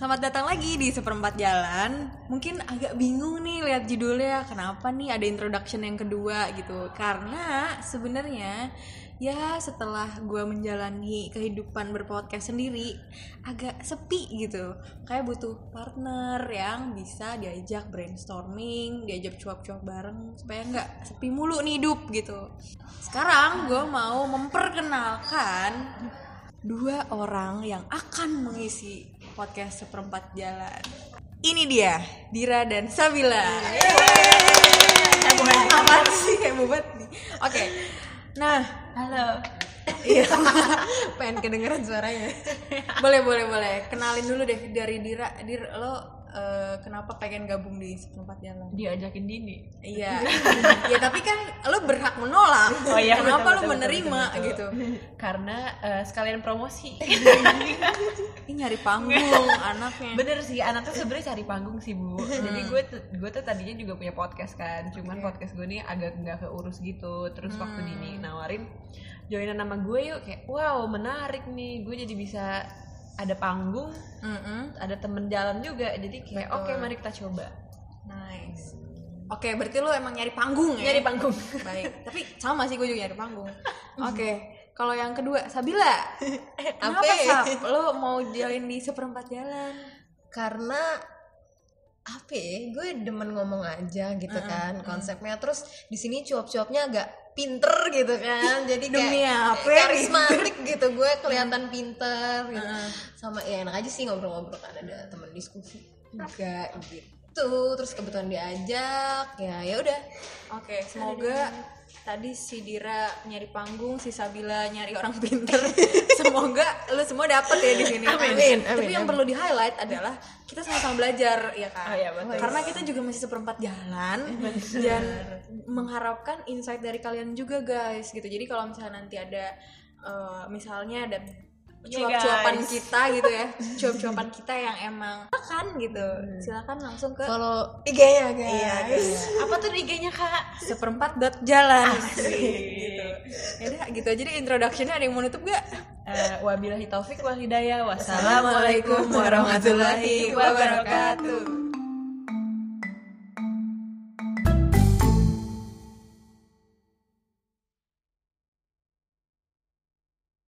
Selamat datang lagi di Seperempat Jalan. Mungkin agak bingung nih lihat judulnya, kenapa nih ada introduction yang kedua gitu. Karena sebenarnya ya setelah gue menjalani kehidupan berpodcast sendiri agak sepi gitu. Kayak butuh partner yang bisa diajak brainstorming, diajak cuap-cuap bareng supaya nggak sepi mulu nih hidup gitu. Sekarang gue mau memperkenalkan dua orang yang akan mengisi podcast Seperempat Jalan. Ini dia, Dira dan Sabila. Apa sih kayak bobot nih? Oke. Nah, halo. Iya. Pengen kedengeran suaranya. Boleh. Kenalin dulu deh dari Dira. Dir, lo kenapa pengen gabung di Seperempat Jalan? Diajakin Dini. Iya. Ya tapi kan lo berhak menolak. Oh iya. Kenapa lo menerima betul. gitu? Karena sekalian promosi. Ini nyari panggung anaknya. Bener sih, anaknya sebenarnya cari panggung sih, Bu. Jadi gue tuh tadinya juga punya podcast kan. Cuman podcast gue nih agak nggak keurus gitu. Terus waktu Dini nawarin joinan nama gue yuk, kayak wow menarik nih. Gue jadi bisa ada panggung, ada temen jalan juga, jadi kayak oke, mari kita coba. Nice. Oke, berarti lo emang nyari panggung ya? Nyari panggung. Baik, tapi sama sih gue juga nyari panggung. Oke, kalau yang kedua, Sabila. Kenapa Sab? Lo mau join di Seperempat Jalan? Karena apa ya, gue demen ngomong aja gitu kan konsepnya. Terus di sini cuap-cuapnya agak pinter gitu kan, jadi kayak karismatik gitu, gue kelihatan pinter gitu. Sama ya enak aja sih ngobrol-ngobrol kan, ada teman diskusi juga gitu. Terus kebetulan diajak, ya udah. Oke, semoga tadi si Dira nyari panggung, si Sabila nyari orang pinter. Semoga lu semua dapet ya di sini. Amin. Tapi yang perlu di-highlight adalah kita sama-sama belajar ya kan. Oh, iya, betul. Karena kita juga masih seperempat jalan dan mengharapkan insight dari kalian juga guys gitu. Jadi kalau misalnya nanti ada misalnya ada cuap-cuapan kita gitu ya, cuap-cuapan kita yang emang akan gitu, silakan langsung ke follow IG-nya guys. Iya, guys. Apa tuh IG-nya Kak? Seperempat.jalan gitu. Yaudah gitu aja deh introduction-nya. Ada yang mau nutup gak? Wabillahi taufik wal hidayah. Wassalamualaikum warahmatullahi wabarakatuh.